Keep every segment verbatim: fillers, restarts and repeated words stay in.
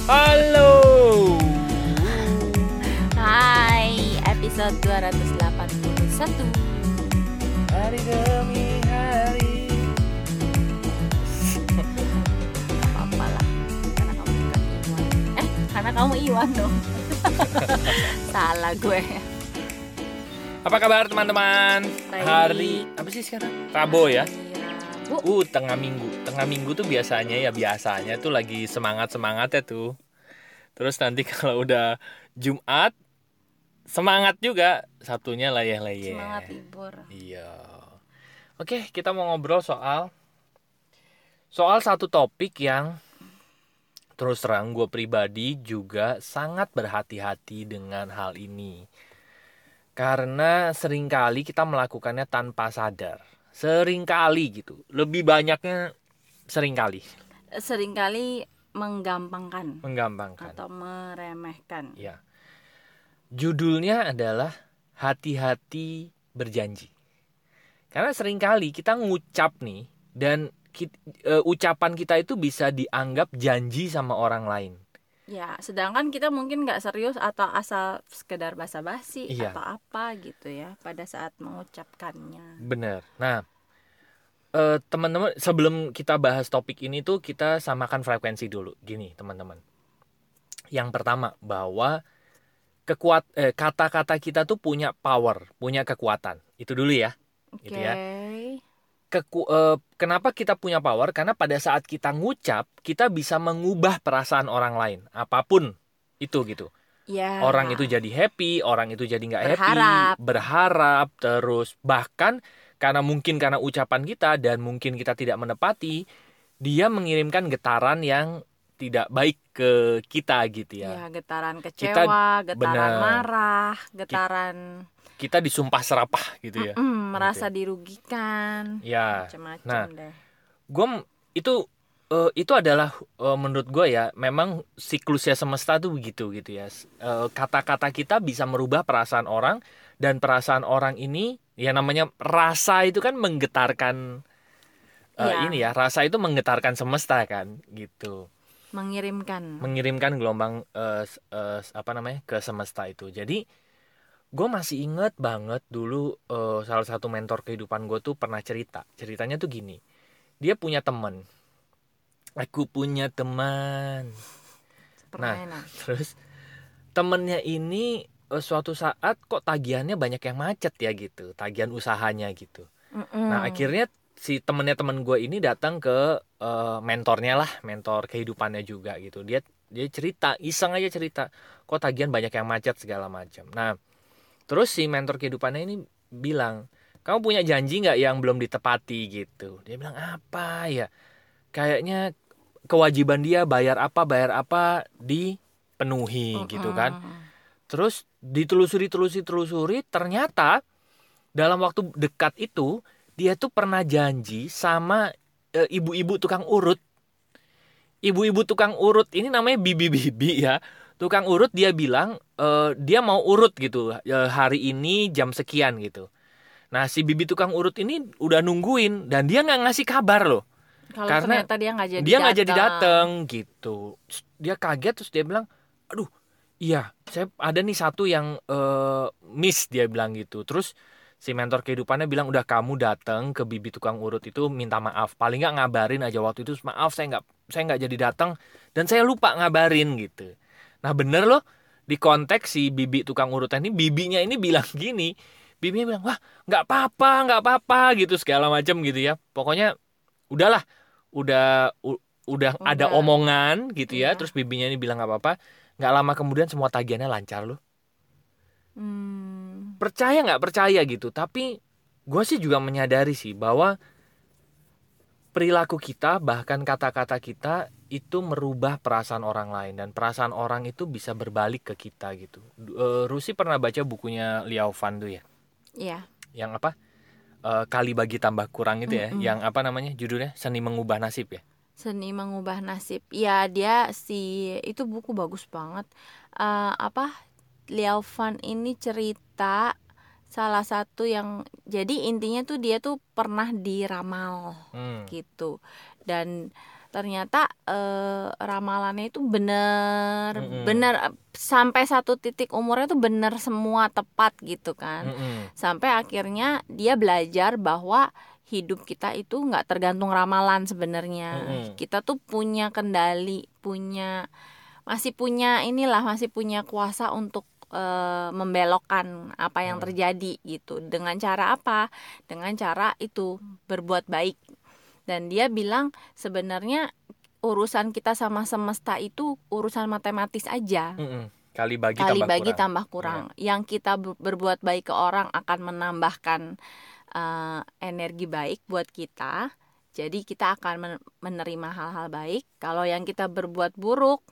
Halo. Hai, episode dua ratus delapan puluh satu. Hari demi hari. Apa-apa lah, karena kamu bukan Iwan. Eh, karena kamu Iwan dong. Salah gue. Apa kabar teman-teman? Baik. Hari apa sih sekarang? Rabu ya. Rabu. Uh, tengah minggu. Tengah minggu tuh biasanya ya biasanya tuh lagi semangat-semangatnya tuh. Terus nanti kalau udah Jumat semangat juga, Sabtunya leyeh-leyeh. Semangat libur. Iya. Oke, kita mau ngobrol soal soal satu topik yang terus terang gue pribadi juga sangat berhati-hati dengan hal ini. Karena seringkali kita melakukannya tanpa sadar. Seringkali gitu. Lebih banyaknya seringkali. Seringkali menggampangkan Menggampangkan. atau meremehkan. Ya. Judulnya adalah hati-hati berjanji. Karena seringkali kita ngucap nih dan kita, e, ucapan kita itu bisa dianggap janji sama orang lain. Ya, sedangkan kita mungkin nggak serius atau asal sekedar basa-basi Iya. atau apa gitu ya pada saat mengucapkannya. Bener. Nah, e, teman-teman sebelum kita bahas topik ini tuh kita samakan frekuensi dulu. Gini teman-teman. Yang pertama bahwa kekuat eh, kata-kata kita tuh punya power, punya kekuatan. Itu dulu ya. Oke. Gitu ya. Keku, eh, kenapa kita punya power? Karena pada saat kita ngucap, kita bisa mengubah perasaan orang lain, apapun itu gitu. Ya. Orang itu jadi happy, orang itu jadi nggak happy, Berharap. berharap, terus bahkan karena mungkin karena ucapan kita dan mungkin kita tidak menepati, dia mengirimkan getaran yang tidak baik ke kita gitu ya. Ya, getaran kecewa, Kita- getaran bener. marah, getaran Kita disumpah serapah gitu ya. mm, merasa dirugikan, Ya. macam-macam Nah, deh. Gue itu eh, itu adalah eh, menurut gue ya memang siklusnya semesta tuh begitu gitu ya. Eh, kata-kata kita bisa merubah perasaan orang dan perasaan orang ini ya namanya rasa itu kan menggetarkan eh, Iya. ini ya rasa itu menggetarkan semesta kan gitu. Mengirimkan. Mengirimkan gelombang eh, s- eh, s- apa namanya ke semesta itu. Jadi gue masih inget banget dulu eh, salah satu mentor kehidupan gue tuh pernah cerita. Ceritanya tuh gini. Dia punya teman. Aku punya teman. Permainan. Terus temennya ini eh, suatu saat kok tagihannya banyak yang macet ya gitu. Tagihan usahanya gitu. Mm-mm. Nah akhirnya si temennya temen gue ini datang ke eh, mentornya lah. Mentor kehidupannya juga gitu. Dia dia cerita, iseng aja cerita. Kok tagihan banyak yang macet segala macam. Nah terus si mentor kehidupannya ini bilang, kamu punya janji nggak yang belum ditepati gitu. Dia bilang apa ya? Kayaknya kewajiban dia bayar apa bayar apa dipenuhi gitu kan. Mm-mm. Terus ditelusuri telusuri telusuri ternyata dalam waktu dekat itu dia tuh pernah janji sama e, ibu-ibu tukang urut. Ibu-ibu tukang urut ini namanya bibi-bibi ya. Tukang urut dia bilang e, dia mau urut gitu e, hari ini jam sekian gitu. Nah si bibi tukang urut ini udah nungguin dan dia nggak ngasih kabar loh. Kalau Karena ternyata dia nggak jadi dia nggak jadi datang. dateng gitu. Terus dia kaget terus dia bilang, aduh iya saya ada nih satu yang eh, miss dia bilang gitu. Terus si mentor kehidupannya bilang udah kamu datang ke bibi tukang urut itu minta maaf. Paling nggak ngabarin aja waktu itu maaf saya nggak saya nggak jadi datang dan saya lupa ngabarin gitu. Nah bener loh di konteks si bibi tukang urut ini bibinya ini bilang gini. Bibinya bilang wah nggak apa-apa nggak apa-apa gitu segala macam gitu ya. Pokoknya udahlah udah u- udah ada Udah. omongan gitu ya. Iya. Terus bibinya ini bilang nggak apa-apa. Nggak lama kemudian semua tagihannya lancar loh. Hmm. Percaya nggak percaya gitu. Tapi gue sih juga menyadari sih bahwa perilaku kita bahkan kata-kata kita itu merubah perasaan orang lain dan perasaan orang itu bisa berbalik ke kita gitu. Uh, Rusi pernah baca bukunya Liao Fan tuh ya. Iya. Yang apa? Eh, kali bagi tambah kurang itu ya. Mm-mm. Yang apa namanya? Judulnya Seni Mengubah Nasib ya. Seni Mengubah Nasib. Ya, dia si itu buku bagus banget. Eh, apa? Liao Fan ini cerita salah satu yang jadi intinya tuh dia tuh pernah diramal Hmm. gitu. Dan ternyata eh, ramalannya itu bener Mm-mm. bener sampai satu titik umurnya tuh bener semua tepat gitu kan. Mm-mm. Sampai akhirnya dia belajar bahwa hidup kita itu nggak tergantung ramalan sebenarnya. Mm-mm. Kita tuh punya kendali, punya masih punya inilah masih punya kuasa untuk eh, membelokkan apa yang Mm. terjadi gitu. Dengan cara apa? Dengan cara itu berbuat baik. Dan dia bilang sebenarnya urusan kita sama semesta itu urusan matematis aja. Mm-mm. Kali bagi Kali tambah bagi kurang. tambah kurang. Yang kita ber- berbuat baik ke orang akan menambahkan eh, energi baik buat kita. Jadi kita akan men- menerima hal-hal baik. Kalau yang kita berbuat buruk,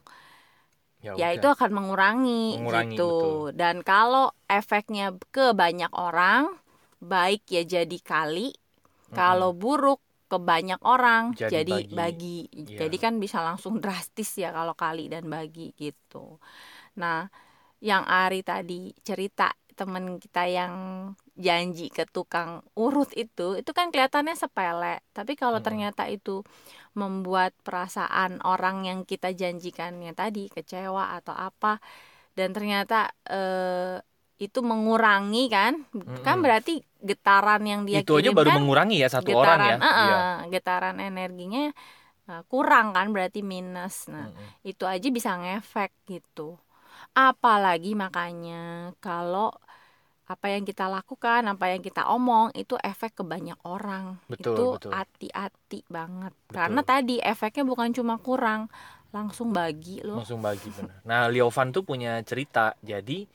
Ya ya itu udah. akan mengurangi, Mengurangi, gitu. betul. Dan kalau efeknya ke banyak orang, baik ya jadi kali. Mm-mm. Kalau buruk ke banyak orang Jadi jadi bagi. bagi. Iya. Jadi kan bisa langsung drastis ya kalau kali dan bagi gitu. Nah, yang Ari tadi cerita temen kita yang janji ke tukang urut itu, itu kan kelihatannya sepele. Tapi kalau Mm-mm. ternyata itu membuat perasaan orang yang kita janjikannya tadi kecewa atau apa, dan ternyata eh, itu mengurangi kan, kan Mm-mm. berarti getaran yang dia Itu aja baru kirimkan, mengurangi ya satu orang ya. getaran, eh, Iya. eh, getaran energinya eh, kurang kan, berarti minus. Nah, Mm-mm. itu aja bisa ngefek gitu. Apalagi makanya kalau apa yang kita lakukan, apa yang kita omong itu efek ke banyak orang. Betul, Itu betul. hati-hati banget. Betul. Karena tadi efeknya bukan cuma kurang, langsung bagi loh. Langsung bagi benar. Nah, Leovan tuh punya cerita. Jadi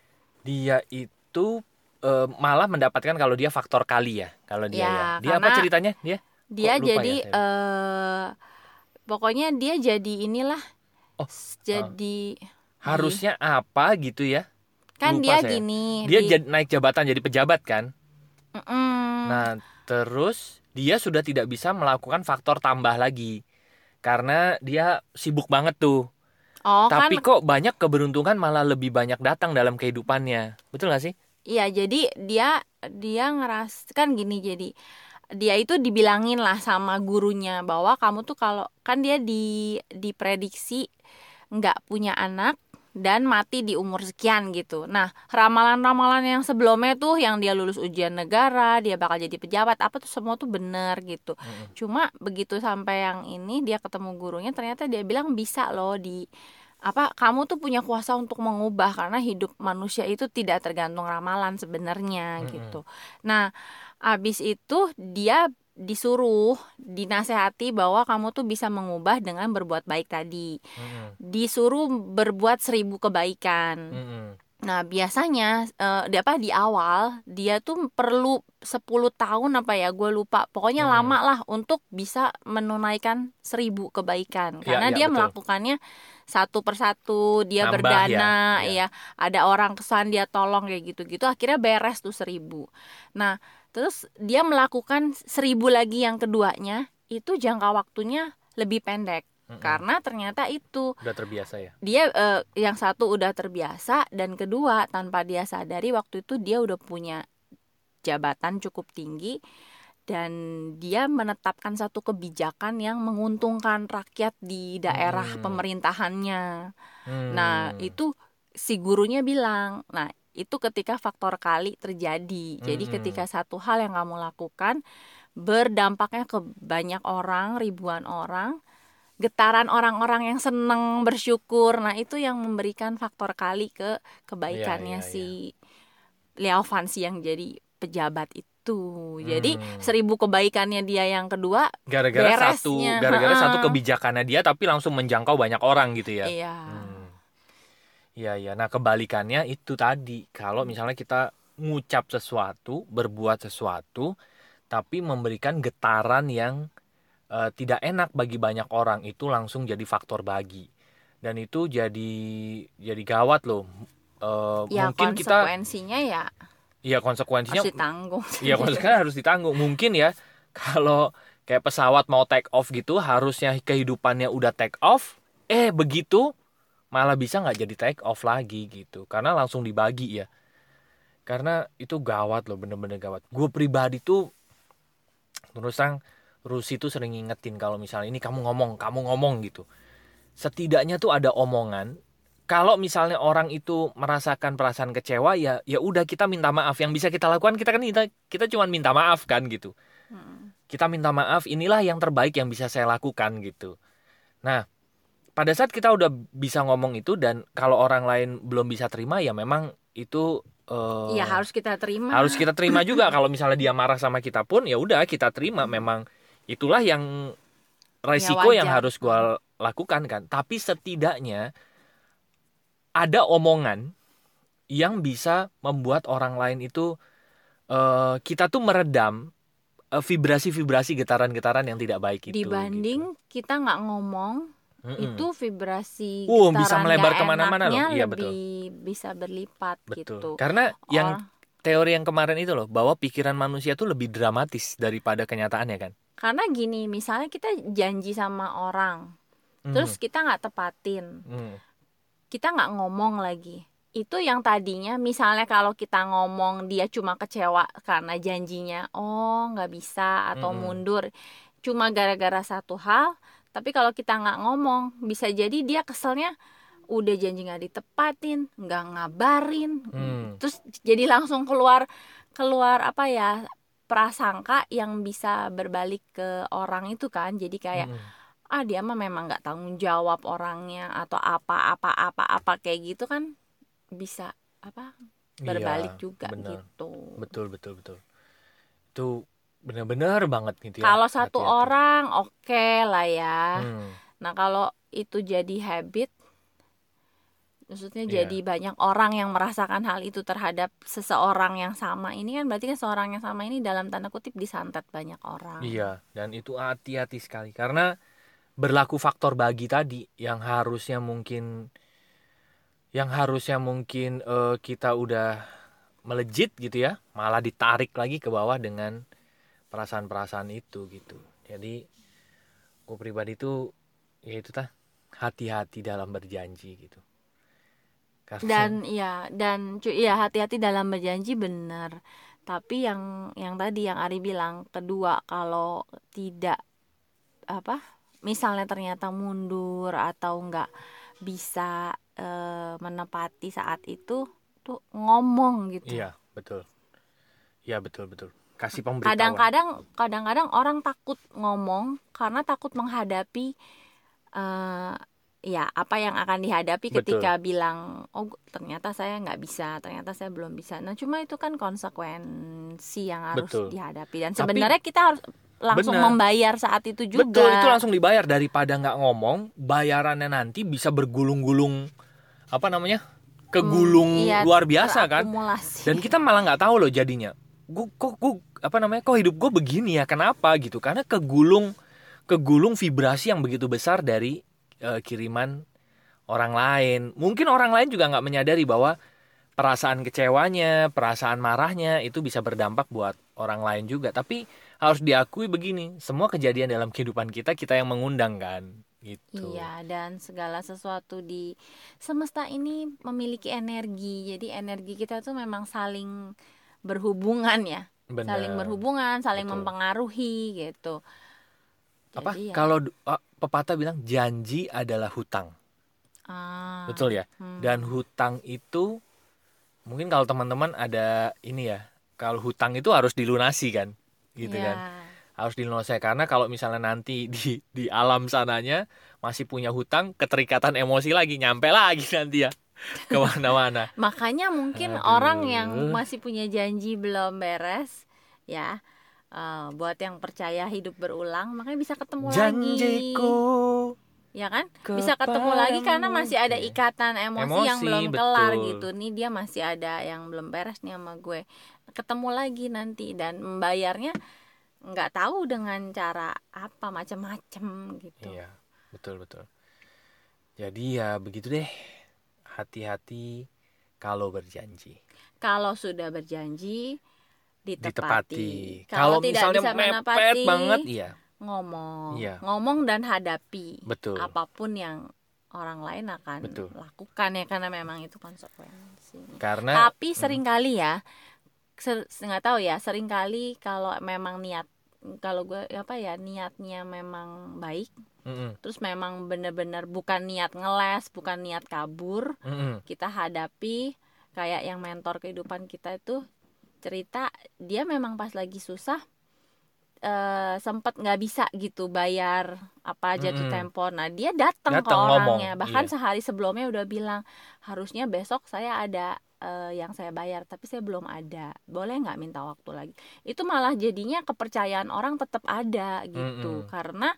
dia itu eh, malah mendapatkan kalau dia faktor kali ya, kalau dia Ya, ya. Dia apa karena ceritanya? Dia dia kok lupa jadi ya saya. eh pokoknya dia jadi inilah Oh, s- eh, jadi harusnya apa gitu ya? kan Lupa dia saya. gini Dia di jad- naik jabatan jadi pejabat kan? Mm-mm. Nah, terus dia sudah tidak bisa melakukan faktor tambah lagi karena dia sibuk banget tuh. Oh kan, Tapi kok banyak keberuntungan malah lebih banyak datang dalam kehidupannya. Betul gak sih? iya jadi dia dia ngeras kan gini, jadi dia itu dibilangin lah sama gurunya bahwa kamu tuh kalau kan dia di diprediksi nggak punya anak dan mati di umur sekian gitu. Nah, ramalan-ramalan yang sebelumnya tuh yang dia lulus ujian negara, dia bakal jadi pejabat, apa tuh semua tuh bener gitu. Mm-mm. Cuma begitu sampai yang ini dia ketemu gurunya, ternyata dia bilang bisa loh di apa kamu tuh punya kuasa untuk mengubah karena hidup manusia itu tidak tergantung ramalan sebenarnya Mm-mm. gitu. Nah, abis itu dia disuruh dinasehati bahwa kamu tuh bisa mengubah dengan berbuat baik tadi. Mm-mm. Disuruh berbuat seribu kebaikan. Mm-mm. Nah, biasanya eh, di apa di awal dia tuh perlu sepuluh tahun apa ya, gue lupa. Pokoknya Mm-mm. lama lah untuk bisa menunaikan seribu kebaikan. Iya, Karena iya, dia betul. melakukannya satu persatu, dia Nambah berdana, ya, iya. ya. Ada orang kesan dia tolong kayak gitu-gitu. Akhirnya beres tuh seribu. Nah, terus dia melakukan seribu lagi yang keduanya, itu jangka waktunya lebih pendek. Mm-mm. Karena ternyata itu Udah terbiasa ya. dia eh, yang satu udah terbiasa, dan kedua tanpa dia sadari waktu itu dia udah punya jabatan cukup tinggi dan dia menetapkan satu kebijakan yang menguntungkan rakyat di daerah Hmm. pemerintahannya. Hmm. Nah, itu si gurunya bilang, nah itu ketika faktor kali terjadi. Jadi Hmm. ketika satu hal yang kamu lakukan berdampaknya ke banyak orang, ribuan orang, getaran orang-orang yang seneng bersyukur, nah itu yang memberikan faktor kali ke kebaikannya Iya, iya, si Liao Fan si yang jadi pejabat itu. Jadi Hmm. seribu kebaikannya dia yang kedua Gara-gara satu, beresnya, gara-gara heeh. satu kebijakannya dia tapi langsung menjangkau banyak orang gitu ya. Iya. Hmm. Iya, iya. Nah, kebalikannya itu tadi. Kalau misalnya kita ngucap sesuatu, berbuat sesuatu, tapi memberikan getaran yang eh, tidak enak bagi banyak orang, itu langsung jadi faktor bagi. Dan itu jadi jadi gawat loh. Eh, Ya mungkin kita, konsekuensinya ya ya konsekuensinya, harus ditanggung. ya konsekuensinya harus ditanggung. Mungkin ya, kalau kayak pesawat mau take off gitu, harusnya kehidupannya udah take off, eh begitu malah bisa nggak jadi take off lagi gitu, karena langsung dibagi ya. Karena itu gawat loh, bener-bener gawat. Gue pribadi tuh terus terang Rusi tuh sering ngingetin kalau misalnya ini kamu ngomong, kamu ngomong gitu. Setidaknya tuh ada omongan. Kalau misalnya orang itu merasakan perasaan kecewa, ya ya udah kita minta maaf. Yang bisa kita lakukan kita kan kita kita cuma minta maaf kan gitu. Mm. Kita minta maaf, inilah yang terbaik yang bisa saya lakukan gitu. Nah, pada saat kita udah bisa ngomong itu dan kalau orang lain belum bisa terima, ya memang itu eh, Ya harus kita terima. harus kita terima juga. Kalau misalnya dia marah sama kita pun, ya udah kita terima. Memang itulah yang resiko Ya, yang wajar. harus gua lakukan kan. Tapi setidaknya ada omongan yang bisa membuat orang lain itu eh, kita tuh meredam eh, vibrasi-vibrasi getaran-getaran yang tidak baik itu. Dibanding kita nggak ngomong, Mm-mm. itu vibrasi Uh, bisa getaran melebar nggak kemana-mana loh. enaknya Iya, lebih bisa berlipat Betul. gitu. Karena yang Or- teori yang kemarin itu loh, bahwa pikiran manusia tuh lebih dramatis daripada kenyataannya kan. karena gini, misalnya kita janji sama orang, Hmm. terus kita nggak tepatin, Hmm. kita nggak ngomong lagi. Itu yang tadinya misalnya kalau kita ngomong dia cuma kecewa karena janjinya, oh nggak bisa atau Mm-mm. mundur, cuma gara-gara satu hal. Tapi kalau kita nggak ngomong, bisa jadi dia keselnya udah janji nggak ditepatin, nggak ngabarin, Hmm. terus jadi langsung keluar keluar apa ya, prasangka yang bisa berbalik ke orang itu kan. Jadi kayak Mm-mm. ah dia mah memang nggak tanggung jawab orangnya atau apa apa apa apa kayak gitu kan, bisa apa berbalik Iya, juga benar. gitu. Betul, betul, betul. Itu benar-benar banget gitu ya. Kalau satu Hati-hati. orang oke lah ya. Hmm. Nah kalau itu jadi habit, maksudnya Iya. jadi banyak orang yang merasakan hal itu terhadap seseorang yang sama, ini kan berarti kan seorang yang sama ini dalam tanda kutip disantet banyak orang. Iya, dan itu hati-hati sekali karena berlaku faktor bagi tadi yang harusnya mungkin yang harusnya mungkin eh, kita udah melejit gitu ya, malah ditarik lagi ke bawah dengan perasaan-perasaan itu gitu. Jadi gue pribadi tuh ya itu tah, hati-hati dalam berjanji gitu. Karena Dan iya, dan cu- iya hati-hati dalam berjanji benar. Tapi yang yang tadi yang Ari bilang kedua, kalau tidak apa, misalnya ternyata mundur atau nggak bisa eh, menepati saat itu, tuh ngomong gitu. iya, betul. Iya, betul, betul. Kasih pemberitahuan. Kadang-kadang kadang-kadang orang takut ngomong karena takut menghadapi eh, ya apa yang akan dihadapi Betul. ketika bilang oh ternyata saya nggak bisa, ternyata saya belum bisa. Nah cuma itu kan konsekuensi yang harus Betul. dihadapi, dan Tapi- sebenarnya kita harus langsung Benar. membayar saat itu juga. Betul, itu langsung dibayar daripada nggak ngomong, bayarannya nanti bisa bergulung-gulung apa namanya? Kegulung Hmm, iya, luar biasa kan. terakumulasi. Dan kita malah nggak tahu loh jadinya. Gue kok gue apa namanya? Kok hidup gue begini ya? Kenapa gitu? Karena kegulung kegulung vibrasi yang begitu besar dari eh, kiriman orang lain. Mungkin orang lain juga nggak menyadari bahwa perasaan kecewanya, perasaan marahnya itu bisa berdampak buat orang lain juga. Tapi harus diakui begini, semua kejadian dalam kehidupan kita kita yang mengundang kan, gitu. Iya, dan segala sesuatu di semesta ini memiliki energi. Jadi energi kita tuh memang saling berhubungan ya. Benar. Saling berhubungan, saling Betul. mempengaruhi gitu. Apa? Jadi ya, Kalau ah, pepatah bilang janji adalah hutang. ah, Betul ya? hmm. Dan hutang itu mungkin kalau teman-teman ada ini ya, kalau hutang itu harus dilunasi kan, gitu ya, kan, harus dilunasi karena kalau misalnya nanti di di alam sananya masih punya hutang, keterikatan emosi lagi, nyampe lagi nanti ya kemana-mana. Makanya mungkin Aduh. orang yang masih punya janji belum beres ya, eh, buat yang percaya hidup berulang, makanya bisa ketemu Janjiku lagi. Ya kan? Bisa ketemu lagi karena masih ada Oke. ikatan emosi, Emosi, yang belum kelar betul. gitu. Nih dia masih ada yang belum beres nih sama gue. Ketemu lagi nanti, dan membayarnya nggak tahu dengan cara apa, macam-macam gitu. Iya, betul betul. Jadi ya begitu deh. Hati-hati kalau berjanji. Kalau sudah berjanji ditepati. Ditepati. Kalau Kalau tidak misalnya bisa mepet menepati, banget, iya. ngomong. Iya. Ngomong dan hadapi. Betul. Apapun yang orang lain akan Betul. lakukan ya, karena memang itu konsekuensi. Karena Tapi seringkali ya, ser- nggak tahu ya, seringkali kalau memang niat kalau gue apa ya niatnya memang baik, Mm-mm. terus memang benar-benar bukan niat ngeles, bukan niat kabur, Mm-mm. kita hadapi. Kayak yang mentor kehidupan kita itu cerita, dia memang pas lagi susah Uh, sempet nggak bisa gitu bayar apa jatuh Mm-mm. tempo. Nah dia datang ke Datang ngomong, orangnya, bahkan iya. sehari sebelumnya udah bilang harusnya besok saya ada uh, yang saya bayar, tapi saya belum ada, boleh nggak minta waktu lagi. Itu malah jadinya kepercayaan orang tetap ada gitu. Mm-mm. Karena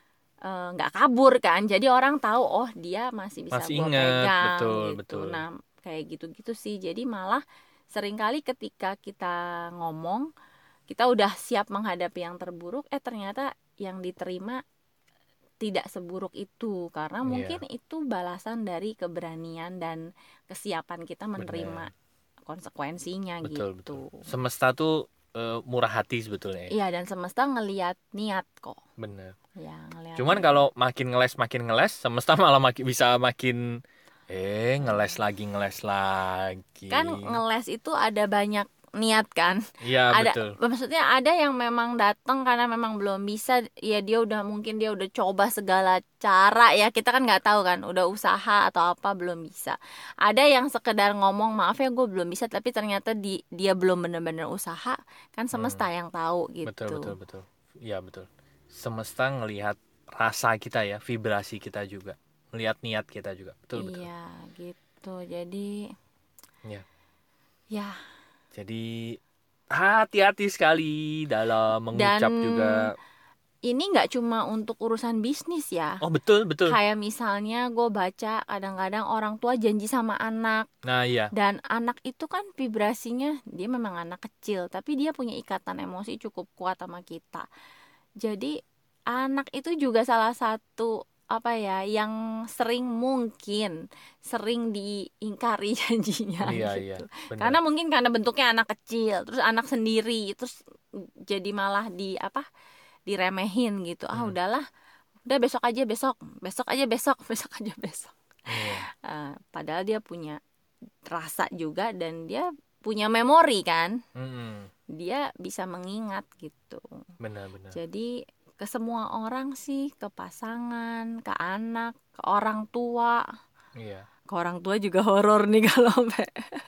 uh, nggak kabur kan, jadi orang tahu oh dia masih bisa Masih gue ingat, pegang betul, gitu. betul. Nah kayak gitu-gitu sih, jadi malah seringkali ketika kita ngomong kita udah siap menghadapi yang terburuk, eh ternyata yang diterima tidak seburuk itu, karena Iya. mungkin itu balasan dari keberanian dan kesiapan kita menerima Bener. konsekuensinya. Betul, gitu. betul. Semesta tuh uh, murah hati sebetulnya. Iya, dan semesta ngelihat niat kok. Bener. Ya, ngelihat. Cuman kalau makin ngeles makin ngeles, semesta malah makin bisa makin eh ngeles lagi ngeles lagi. Kan ngeles itu ada banyak niat kan. Iya, ada betul. Maksudnya ada yang memang datang karena memang belum bisa, ya dia udah mungkin dia udah coba segala cara, ya kita kan nggak tahu kan, udah usaha atau apa belum bisa. Ada yang sekedar ngomong maaf ya gue belum bisa, tapi ternyata di, dia belum benar-benar usaha, kan semesta hmm. yang tahu gitu. Betul, betul, betul. Iya, betul. Semesta ngelihat rasa kita ya, vibrasi kita juga, ngelihat niat kita juga. Betul, betul. Iya gitu, jadi ya ya jadi hati-hati sekali dalam mengucap dan juga. Ini nggak cuma untuk urusan bisnis ya. Oh betul, betul. Kayak misalnya gue baca kadang-kadang orang tua janji sama anak. Nah iya. Dan anak itu kan vibrasinya, dia memang anak kecil, tapi dia punya ikatan emosi cukup kuat sama kita. Jadi anak itu juga salah satu apa ya yang sering mungkin sering diingkari janjinya. Iya, gitu. iya, Karena mungkin karena bentuknya anak kecil, terus anak sendiri, terus jadi malah di apa diremehin gitu. Ah hmm. udahlah, udah besok aja besok, besok aja besok, besok aja besok. Iya. Uh, padahal dia punya rasa juga dan dia punya memori kan. Hmm. Dia bisa mengingat gitu. Benar-benar. Jadi ke semua orang sih, ke pasangan, ke anak, ke orang tua. Iya. Ke orang tua juga horor nih kalau sampai.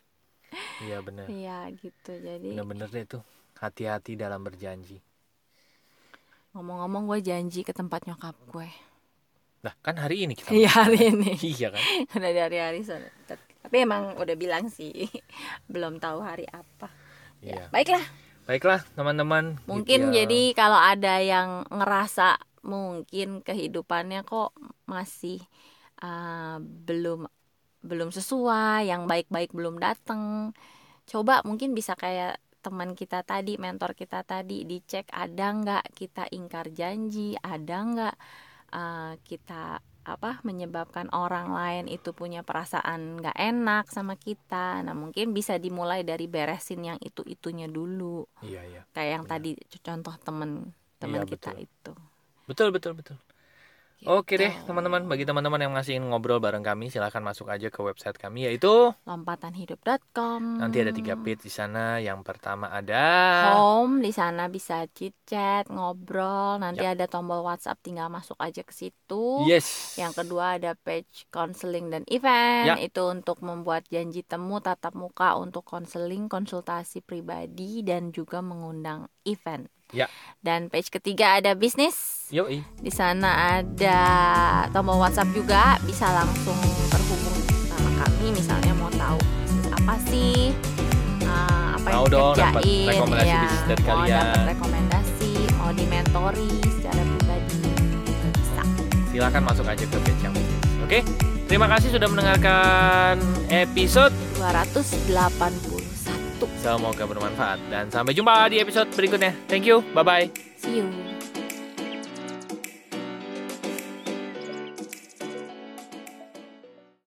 Iya benar. Iya gitu. Jadi benar-benar deh tuh, hati-hati dalam berjanji. Ngomong-ngomong gue janji ke tempat nyokap gue. Nah kan hari ini kita. Iya hari ini. Iya kan. Udah dari hari sana. Tapi emang udah bilang sih, belum tahu hari apa. Iya. Ya, baiklah. Baiklah teman-teman. Mungkin gitu ya. Jadi kalau ada yang ngerasa mungkin kehidupannya kok masih uh, belum belum sesuai, yang baik-baik belum datang, coba mungkin bisa kayak teman kita tadi, mentor kita tadi, dicek ada nggak kita ingkar janji, ada nggak uh, kita apa menyebabkan orang lain itu punya perasaan nggak enak sama kita. Nah mungkin bisa dimulai dari beresin yang itu itunya dulu. Iya iya. Kayak yang benar. tadi contoh temen teman iya, kita betul. itu. Betul betul betul. Gitu. Oke deh teman-teman, bagi teman-teman yang masih ingin ngobrol bareng kami, silahkan masuk aja ke website kami yaitu lompatan hidup dot com. Nanti ada tiga page di sana. Yang pertama ada home, di sana bisa chit chat, ngobrol. Nanti yep. ada tombol WhatsApp, tinggal masuk aja ke situ. Yes. Yang kedua ada page counseling dan event. Yep. Itu untuk membuat janji temu tatap muka untuk konseling, konsultasi pribadi dan juga mengundang event. Ya. Dan page ketiga ada bisnis. Yoi. Di sana ada tombol WhatsApp juga, bisa langsung terhubung sama kami. Misalnya mau tahu apa sih, uh, apa mau yang dong dikerjain, dapat rekomendasi ya, bisnis dari mau kalian. dapat rekomendasi, mau dimentori secara pribadi, bisa. Silakan masuk aja ke page yang bisnis. Oke, terima kasih sudah mendengarkan episode dua ratus delapan puluh satu. Semoga bermanfaat dan sampai jumpa di episode berikutnya. Thank you, bye bye. See you.